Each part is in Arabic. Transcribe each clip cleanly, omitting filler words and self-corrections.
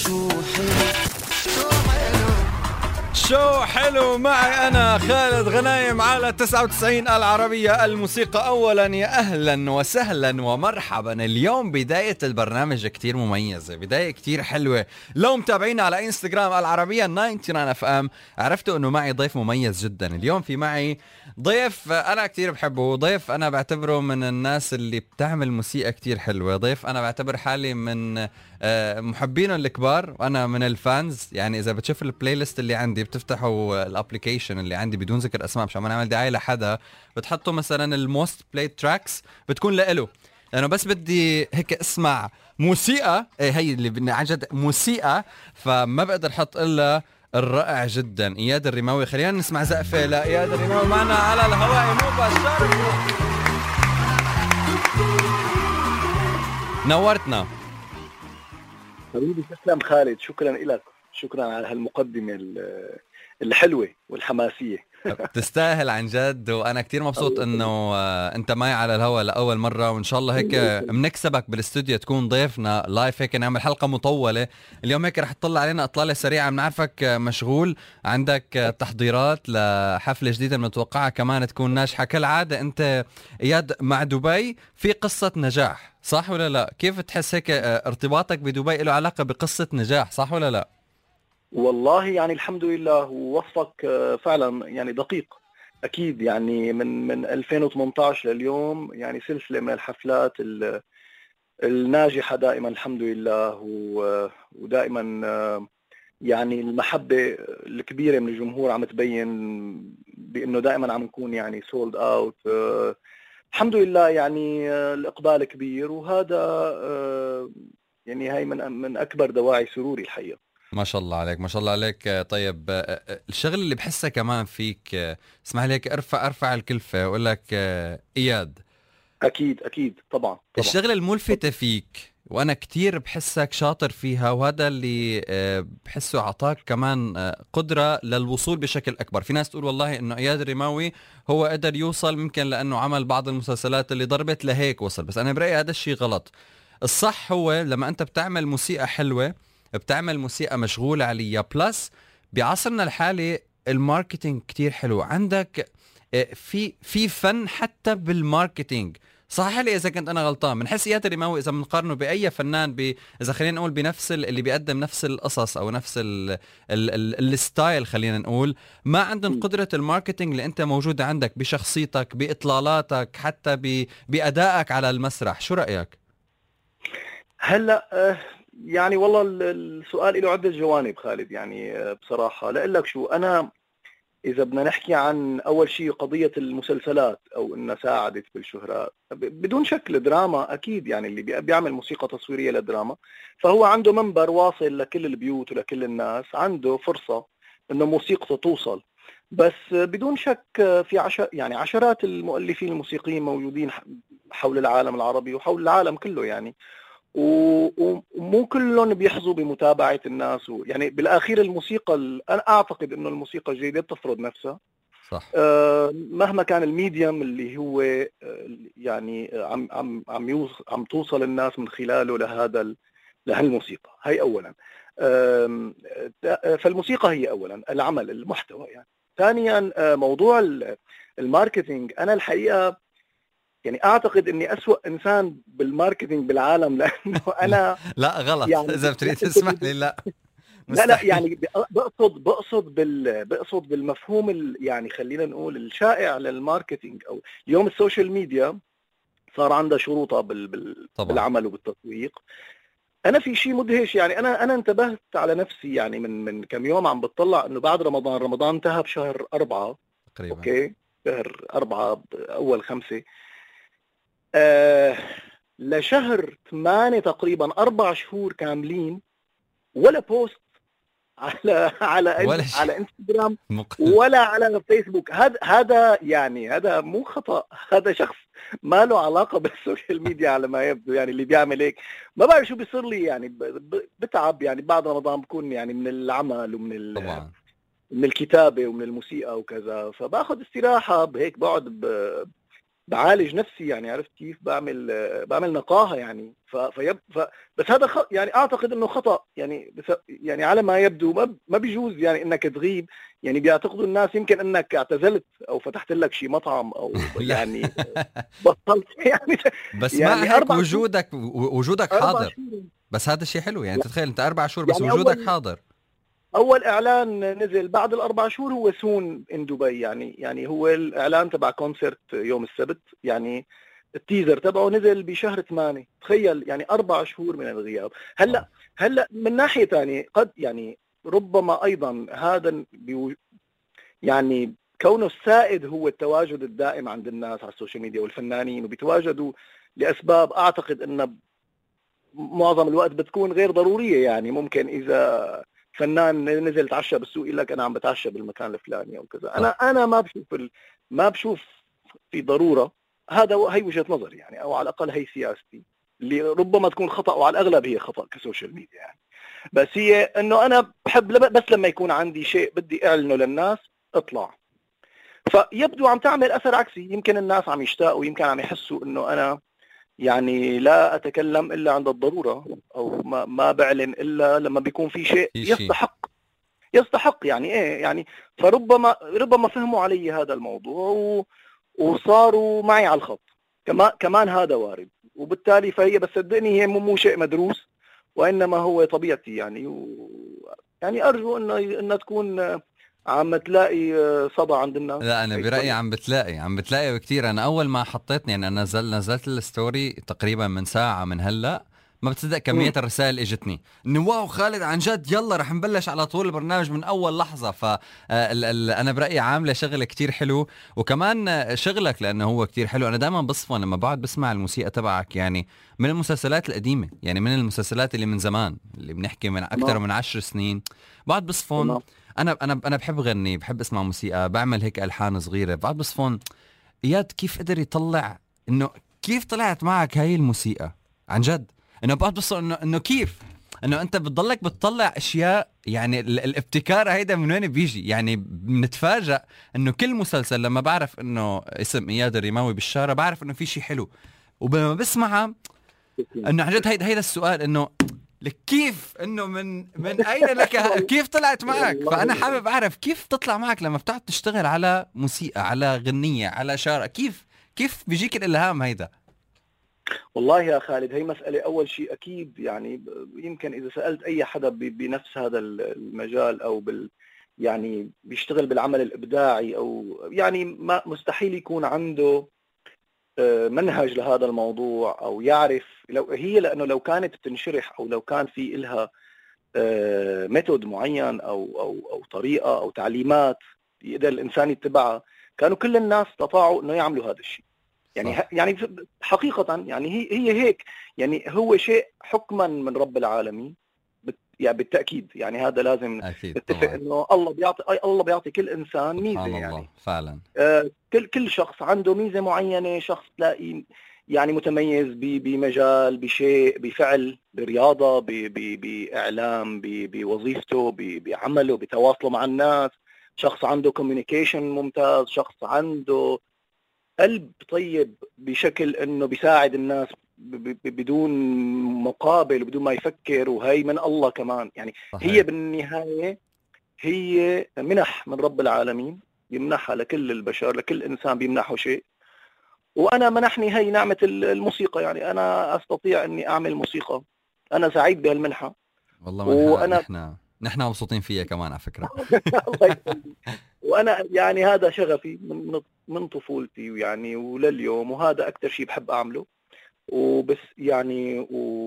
شو حلو معي أنا خالد غنايم على 99 العربية الموسيقى. أولا يا أهلا وسهلا ومرحبا. اليوم بداية البرنامج كتير مميزة، بداية كتير حلوة. لو متابعينا على انستغرام العربية 99 FM عرفتوا أنه معي ضيف مميز جدا. اليوم في معي ضيف أنا كتير بحبه، ضيف أنا بعتبره من الناس اللي بتعمل موسيقى كتير حلوة، ضيف أنا بعتبر حالي من محبينه الكبار وانا من الفانز. يعني اذا بتشوف البلاي ليست اللي عندي، بتفتحوا الابليكيشن اللي عندي بدون ذكر اسماء مشان ما نعمل دعايه لحدا، بتحطوا مثلا الموست بلاي تراكس بتكون لإله، لانه بس بدي هيك اسمع موسيقى، هي اللي بدنا عن جد موسيقى، فما بقدر احط الا الرائع جدا اياد الرماوي. خلينا نسمع زقفه لاياد الرماوي معنا على الهواء مباشره. نورتنا حبيبي. تسلم خالد، شكرا لك، شكرا على هالمقدمة الحلوة والحماسية. تستاهل عن جد، وانا كتير مبسوط انه انت معي على الهواء لاول مرة، وان شاء الله هيك بنكسبك بالاستوديو تكون ضيفنا لايف، هيك نعمل حلقة مطولة. اليوم هيك رح تطلع علينا اطلالة سريعة، بنعرفك مشغول، عندك تحضيرات لحفلة جديدة متوقعة كمان تكون ناجحة كالعادة. انت اياد مع دبي في قصة نجاح، صح ولا لا؟ كيف تحس هيك ارتباطك بدبي له علاقة بقصة نجاح، صح ولا لا؟ والله يعني الحمد لله، ووصفك فعلا يعني دقيق. أكيد يعني من 2018 لليوم يعني سلسلة من الحفلات الناجحة دائما الحمد لله، ودائما يعني المحبة الكبيرة من الجمهور عم تبين بأنه دائما عم نكون يعني سولد أوت. الحمد لله يعني الإقبال كبير، وهذا يعني هاي من أكبر دواعي سروري الحقيقة. ما شاء الله عليك، ما شاء الله عليك. طيب الشغل اللي بحسه كمان فيك، اسمح لي هيك ارفع الكلفة واقول لك اياد. اكيد طبعا. الشغل الملفتة فيك وانا كتير بحسك شاطر فيها، وهذا اللي بحسه عطاك كمان قدرة للوصول بشكل اكبر. في ناس تقول والله انه اياد الرماوي هو قدر يوصل ممكن لانه عمل بعض المسلسلات اللي ضربت لهيك وصل، بس انا برأيي هذا الشيء غلط. الصح هو لما انت بتعمل موسيقى حلوة، بتعمل موسيقى مشغول عليها، بلس بعصرنا الحالي الماركتينج كتير حلو عندك، في فن حتى بالماركتينج. صحيح لي اذا كنت انا غلطان. بنحس اياد الرماوي اذا بنقارنه باي فنان، اذا خلينا نقول بنفس اللي بيقدم نفس القصص او نفس الستايل، خلينا نقول ما عندهم قدرة الماركتينج اللي انت موجودة عندك بشخصيتك، باطلالاتك، حتى بادائك على المسرح. شو رأيك؟ هلا يعني والله السؤال له عدة جوانب خالد. يعني بصراحة لأقول لك شو، أنا إذا بدنا نحكي عن أول شيء قضية المسلسلات أو إنها ساعدت بالشهرة، بدون شك الدراما أكيد، يعني اللي بيعمل موسيقى تصويرية للدراما فهو عنده منبر واصل لكل البيوت ولكل الناس، عنده فرصة إنه موسيقته توصل. بس بدون شك في يعني عشرات المؤلفين الموسيقيين موجودين حول العالم العربي وحول العالم كله يعني، ومو كلهم بيحظوا بمتابعة الناس. يعني بالأخير الموسيقى، أنا أعتقد إنه الموسيقى الجيدة بتفرض نفسها، صح. مهما كان الميديم اللي هو يعني عم توصل الناس من خلاله لهالموسيقى. هي أولا. فالموسيقى هي أولا العمل المحتوى يعني. ثانيا موضوع الماركتينج، أنا الحقيقة يعني أعتقد إني أسوأ إنسان بالماركتينج بالعالم، لأنه أنا لا غلط يعني إذا بتريد تسمح لي. لا لا يعني بقصد بالمفهوم يعني خلينا نقول الشائع للماركتينج. أو اليوم السوشيال ميديا صار عندها شروطها بالعمل وبالتسويق. أنا في شيء مدهش يعني، أنا انتبهت على نفسي يعني من كم يوم عم بتطلع إنه بعد رمضان انتهى بشهر 4 تقريبا. أوكي، شهر 4 أول 5 لشهر 8 تقريبا 4 شهور كاملين ولا بوست على انستغرام ولا على فيسبوك. هذا يعني هذا مو خطأ، هذا شخص ما له علاقة بالسوشيال ميديا على ما يبدو. يعني اللي بيعمل هيك ما بعرف شو بيصير لي، يعني بتعب يعني بعد رمضان بكون يعني من العمل ومن طبعا من الكتابة ومن الموسيقى وكذا، فباخذ استراحة هيك، بقعد بعالج نفسي يعني، عرفت كيف؟ بعمل نقاهة يعني. بس هذا يعني اعتقد انه خطأ يعني. يعني على ما يبدو ما بيجوز يعني انك تغيب. يعني بيعتقدوا الناس يمكن انك اعتزلت او فتحت لك شي مطعم او لا يعني بطلت يعني. بس مع يعني هيك 4 شهور. وجودك 4 حاضر. شهور بس هذا الشيء حلو يعني، تتخيل انت 4 شهور بس يعني وجودك حاضر. اول اعلان نزل بعد ال4 شهور هو سون ان دبي يعني هو الاعلان تبع كونسرت يوم السبت يعني. التيزر تبعه نزل بشهر 8. تخيل يعني 4 شهور من الغياب. هلا من ناحية ثانية قد يعني ربما ايضا هذا يعني كونه السائد هو التواجد الدائم عند الناس على السوشيال ميديا والفنانين، وبيتواجدوا لاسباب اعتقد ان معظم الوقت بتكون غير ضرورية. يعني ممكن اذا فنان نزل تعشى بالسوق يقول لك انا عم بتعشى بالمكان الفلاني او كذا. انا ما بشوف في ضروره. هي وجهه نظري يعني، او على الاقل هي سياستي اللي ربما تكون خطا، وعلى الاغلب هي خطا كسوشيال ميديا يعني. بس هي انه انا بحب بس لما يكون عندي شيء بدي اعلنه للناس اطلع. فيبدو عم تعمل اثر عكسي. يمكن الناس عم يشتاقوا، يمكن عم يحسوا انه انا يعني لا أتكلم إلا عند الضرورة، أو ما بعلن إلا لما بيكون في شيء يستحق يعني إيه يعني. فربما فهموا علي هذا الموضوع وصاروا معي على الخط. كمان هذا وارد. وبالتالي فهي بس صدقني هي مو شيء مدروس، وإنما هو طبيعتي يعني. يعني أرجو إنه تكون عم تلاقي صدى عند الناس. لا انا برأيي عم بتلاقي بكتير. انا اول ما حطيتني يعني انا نزلت الستوري تقريبا من ساعة من هلا، ما بتصدق كمية الرسائل اللي اجتني انه واو خالد عن جد يلا رح نبلش على طول البرنامج من اول لحظة. انا برأيي عاملة شغل كتير حلو، وكمان شغلك لانه هو كتير حلو. انا دائما بصفن لما بقعد بسمع الموسيقى تبعك يعني من المسلسلات القديمة، يعني من المسلسلات اللي من زمان اللي بنحكي من اكثر من 10 سنين. بقعد بصفن انا بحب غني، بحب اسمع موسيقى، بعمل هيك الحان صغيره. بعد بصفون اياد كيف قدر يطلع انه كيف طلعت معك هاي الموسيقى عن جد. انه بعد بصفون انه كيف انه انت بتضلك بتطلع اشياء يعني الابتكار هيدا من وين بيجي. يعني بنتفاجئ انه كل مسلسل لما بعرف انه اسم اياد الرماوي بالشارع بعرف انه في شيء حلو، ولما بسمعها انه عن جد هيدا السؤال انه كيف انه من اين لك كيف طلعت معك. فانا حابب اعرف كيف تطلع معك لما بتقعد تشتغل على موسيقى، على غنية، على شارع. كيف بيجيك الالهام هيدا؟ والله يا خالد هي مسألة أول شيء أكيد يعني يمكن إذا سألت أي حدا بنفس هذا المجال أو يعني بيشتغل بالعمل الإبداعي أو يعني ما مستحيل يكون عنده منهج لهذا الموضوع أو يعرف. لأنه لو كانت بتنشرح أو لو كان في إلها ميثود معين أو طريقة أو تعليمات يقدر الإنسان يتبعها، كانوا كل الناس استطاعوا إنه يعملوا هذا الشيء. يعني حقيقة يعني هي هيك يعني. هو شيء حكما من رب العالمين يعني بالتأكيد. يعني هذا لازم نتفق انه الله بيعطي كل انسان ميزة يعني الله. فعلا كل شخص عنده ميزة معينة. شخص تلاقي يعني متميز بمجال، بشيء، بفعل، برياضة، بإعلام، بوظيفته، بعمله، بتواصله مع الناس. شخص عنده كوميونيكيشن ممتاز، شخص عنده قلب طيب بشكل انه بيساعد الناس بدون مقابل وبدون ما يفكر، وهي من الله كمان يعني. صحيح. هي بالنهاية هي منح من رب العالمين يمنحها لكل البشر، لكل إنسان بيمنحه شيء. وأنا منحني هي نعمة الموسيقى يعني. أنا أستطيع أني أعمل موسيقى. أنا سعيد بهالمنحة والله. وأنا نحن مبسوطين فيها كمان على فكرة. وأنا يعني هذا شغفي من طفولتي ويعني ولليوم، وهذا أكتر شيء بحب أعمله. وبس يعني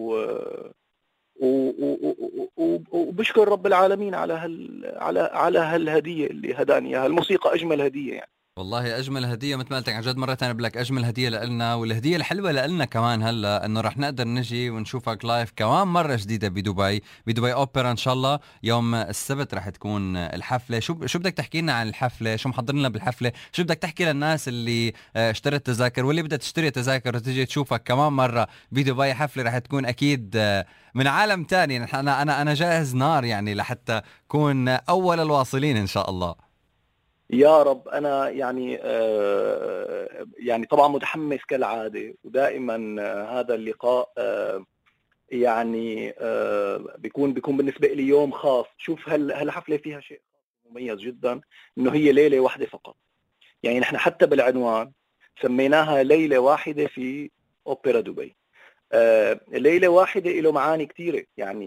وبشكر رب العالمين على هالهدية اللي هداني اياها. الموسيقى أجمل هدية يعني. والله أجمل هدية مثل ما قلت عن جد مرة ثانية بلك أجمل هدية لنا، والهدية الحلوة لنا كمان هلا إنه رح نقدر نجي ونشوفك لايف كمان مرة جديدة بدبي أوبرا إن شاء الله. يوم السبت رح تكون الحفلة. شو بدك تحكي لنا عن الحفلة؟ شو محضر لنا بالحفلة؟ شو بدك تحكي للناس اللي اشترت تذاكر واللي بدها تشتري تذاكر وتجي تشوفك كمان مرة بدبي؟ حفلة رح تكون أكيد من عالم تاني. أنا جاهز نار يعني لحتى كون أول الواصلين إن شاء الله. يا رب. أنا يعني يعني طبعا متحمس كالعادة، ودائما هذا اللقاء يعني بيكون بالنسبة لي يوم خاص. شوف هالحفلة فيها شيء مميز جدا، إنه هي ليلة واحدة فقط. يعني نحن حتى بالعنوان سميناها ليلة واحدة في أوبرا دبي. ليلة واحدة له معاني كثيرة،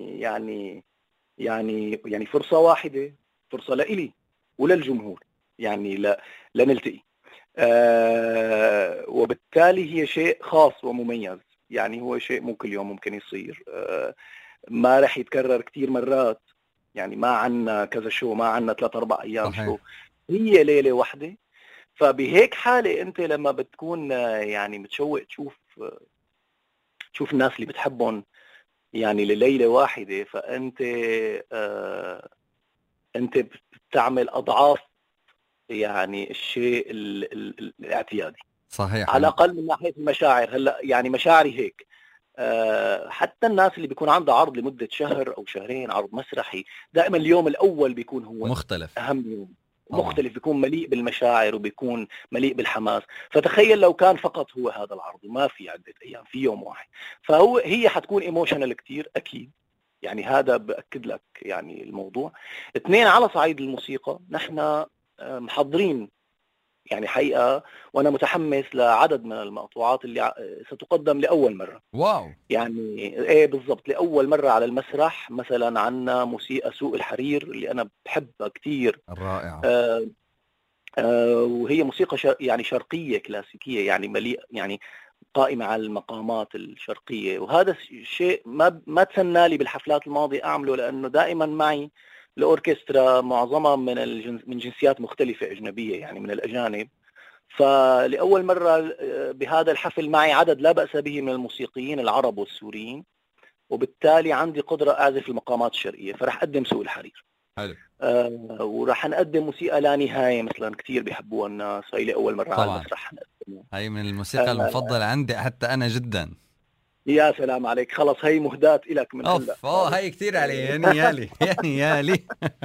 يعني فرصة واحدة، فرصة لإلي وللجمهور، يعني لنلتقي. وبالتالي هي شيء خاص ومميز، يعني هو شيء مو كل يوم ممكن يصير. ما رح يتكرر كثير مرات، يعني ما عنا كذا شو، ما عنا 3-4 أيام صحيح. شو، هي ليلة واحدة. فبهيك حالة أنت لما بتكون يعني متشوق تشوف الناس اللي بتحبهم يعني لليلة واحدة، فأنت أنت بتعمل أضعاف يعني الشيء الاعتيادي، صحيح. على الأقل من ناحية المشاعر. هلا يعني مشاعري هيك. حتى الناس اللي بيكون عندها عرض لمدة شهر أو شهرين، عرض مسرحي، دائما اليوم الأول بيكون هو مختلف. أهم يوم. طبعا. مختلف، بيكون مليء بالمشاعر وبيكون مليء بالحماس. فتخيل لو كان فقط هو هذا العرض وما في عدة أيام، في يوم واحد، هي حتكون ايموشنال كتير أكيد. يعني هذا بأكد لك يعني الموضوع. اثنين، على صعيد الموسيقى نحن محضرين يعني حقيقة، وأنا متحمس لعدد من المقطوعات اللي ستقدم لأول مرة. واو. يعني إيه بالضبط، لأول مرة على المسرح. مثلا عنا موسيقى سوق الحرير اللي أنا بحبها كتير. رائعة. وهي موسيقى يعني شرقية كلاسيكية، يعني مليء، يعني قائمة على المقامات الشرقية. وهذا الشيء ما تسنى لي بالحفلات الماضية أعمله، لأنه دائما معي الأوركسترا معظمها من جنسيات مختلفة أجنبية، يعني من الأجانب. فلأول مرة بهذا الحفل معي عدد لا بأس به من الموسيقيين العرب والسوريين، وبالتالي عندي قدرة أعزف المقامات الشرقية. فرح أقدم سوق الحرير. حلو. ورح نقدم موسيقى لا نهاية مثلا، كتير بيحبوها الناس، هاي لأول مرة على طبعا. المسرح نقدمها. هاي من الموسيقى المفضلة عندي حتى أنا جدا. يا سلام عليك، خلص هي مهداة إلك من هلا. هاي كتير علي، يعني يالي يعني يالي.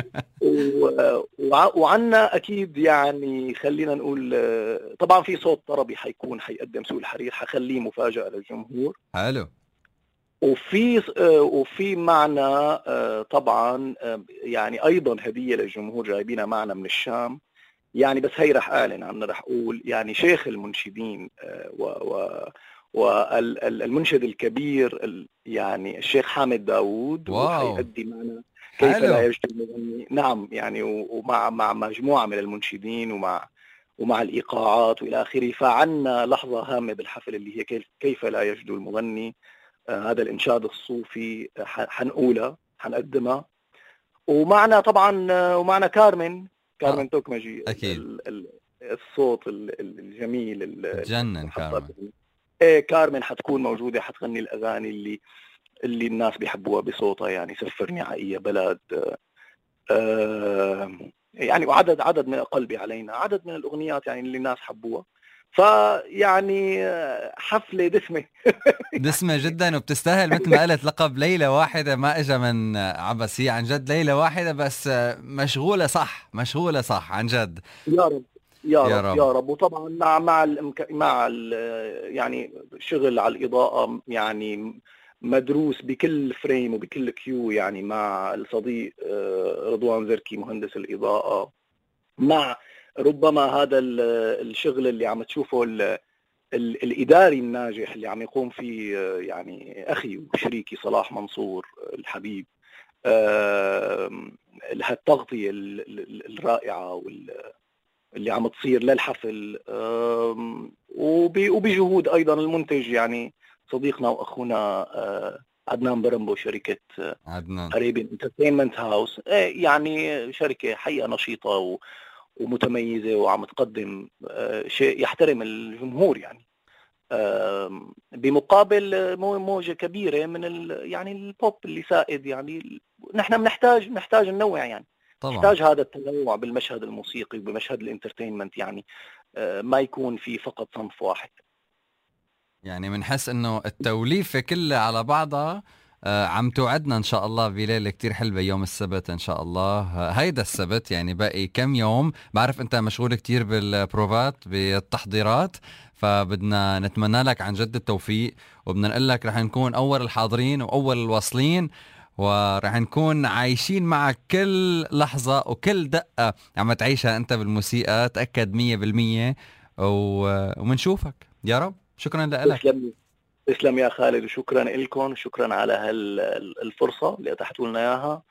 وعنا أكيد يعني خلينا نقول طبعا في صوت طربي حيقدم سوق الحرير، حخليه مفاجأة للجمهور. حلو. وفي معنا طبعا يعني أيضا هدية للجمهور جايبينها معنا من الشام. يعني بس هي رح أعلن عنها، رح أقول يعني شيخ المنشدين والمنشد الكبير يعني الشيخ حامد داوود، وحيأدي معنا كيف لا يجد المغني. نعم يعني، ومع مجموعة من المنشدين ومع الإيقاعات وإلى آخره. فعنا لحظة هامة بالحفل اللي هي كيف لا يجد المغني. هذا الإنشاد الصوفي حنقولها، حنقدمها. ومعنا طبعا ومعنا كارمن توكمجي. أكيد. الصوت الجميل تجنن كارمن. كارمن حتكون موجودة، حتغني الأغاني اللي الناس بيحبوها بصوتها، يعني سفرني عقية بلد، يعني وعدد من قلبي علينا، عدد من الأغنيات يعني اللي الناس حبوها. فيعني حفلة دسمة جدا، وبتستاهل مثل ما قلت لقب ليلة واحدة. ما اجى من عبس، هي عن جد ليلة واحدة، بس مشغولة صح عن جد. يا رب يا رب. وطبعا مع يعني شغل على الإضاءة، يعني مدروس بكل فريم وبكل كيو، يعني مع الصديق رضوان زركي مهندس الإضاءة، مع ربما هذا الشغل اللي عم تشوفه الإداري الناجح اللي عم يقوم فيه يعني أخي وشريكي صلاح منصور الحبيب. هالتغطية الرائعة اللي عم تصير للحفل، وبجهود أيضا المنتج، يعني صديقنا وأخونا عدنان برمبو، شركة أريبيان انترتينمنت هاوس. يعني شركة حقيقة نشيطة ومتميزة، وعم تقدم شيء يحترم الجمهور، يعني بمقابل موجة كبيرة من يعني البوب اللي سائد. يعني نحن بنحتاج ننوع، يعني طبعا. نحتاج هذا التنوع بالمشهد الموسيقي وبمشهد الانترتينمنت، يعني ما يكون في فقط صنف واحد. يعني بنحس انه التوليفة كلها على بعضها عم توعدنا إن شاء الله بليلة كتير حلوة يوم السبت إن شاء الله. هيدا السبت يعني باقي كم يوم، بعرف أنت مشغول كتير بالبروفات بالتحضيرات، فبدنا نتمنى لك عن جد التوفيق، وبدنا نقول لك رح نكون أول الحاضرين وأول الواصلين، ورح نكون عايشين معك كل لحظة وكل دقة عم تعيشها أنت بالموسيقى، تأكد 100%. ومنشوفك يا رب. شكرا لك. تسلم يا خالد، وشكرا لكم، شكرا على الفرصة اللي أتحتوا لنا إياها،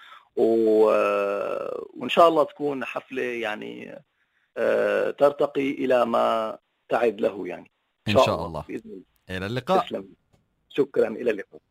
وإن شاء الله تكون حفلة يعني ترتقي إلى ما تعد له يعني إن شاء الله. بإذن الله. إلى اللقاء. تسلم. شكرا، إلى اللقاء.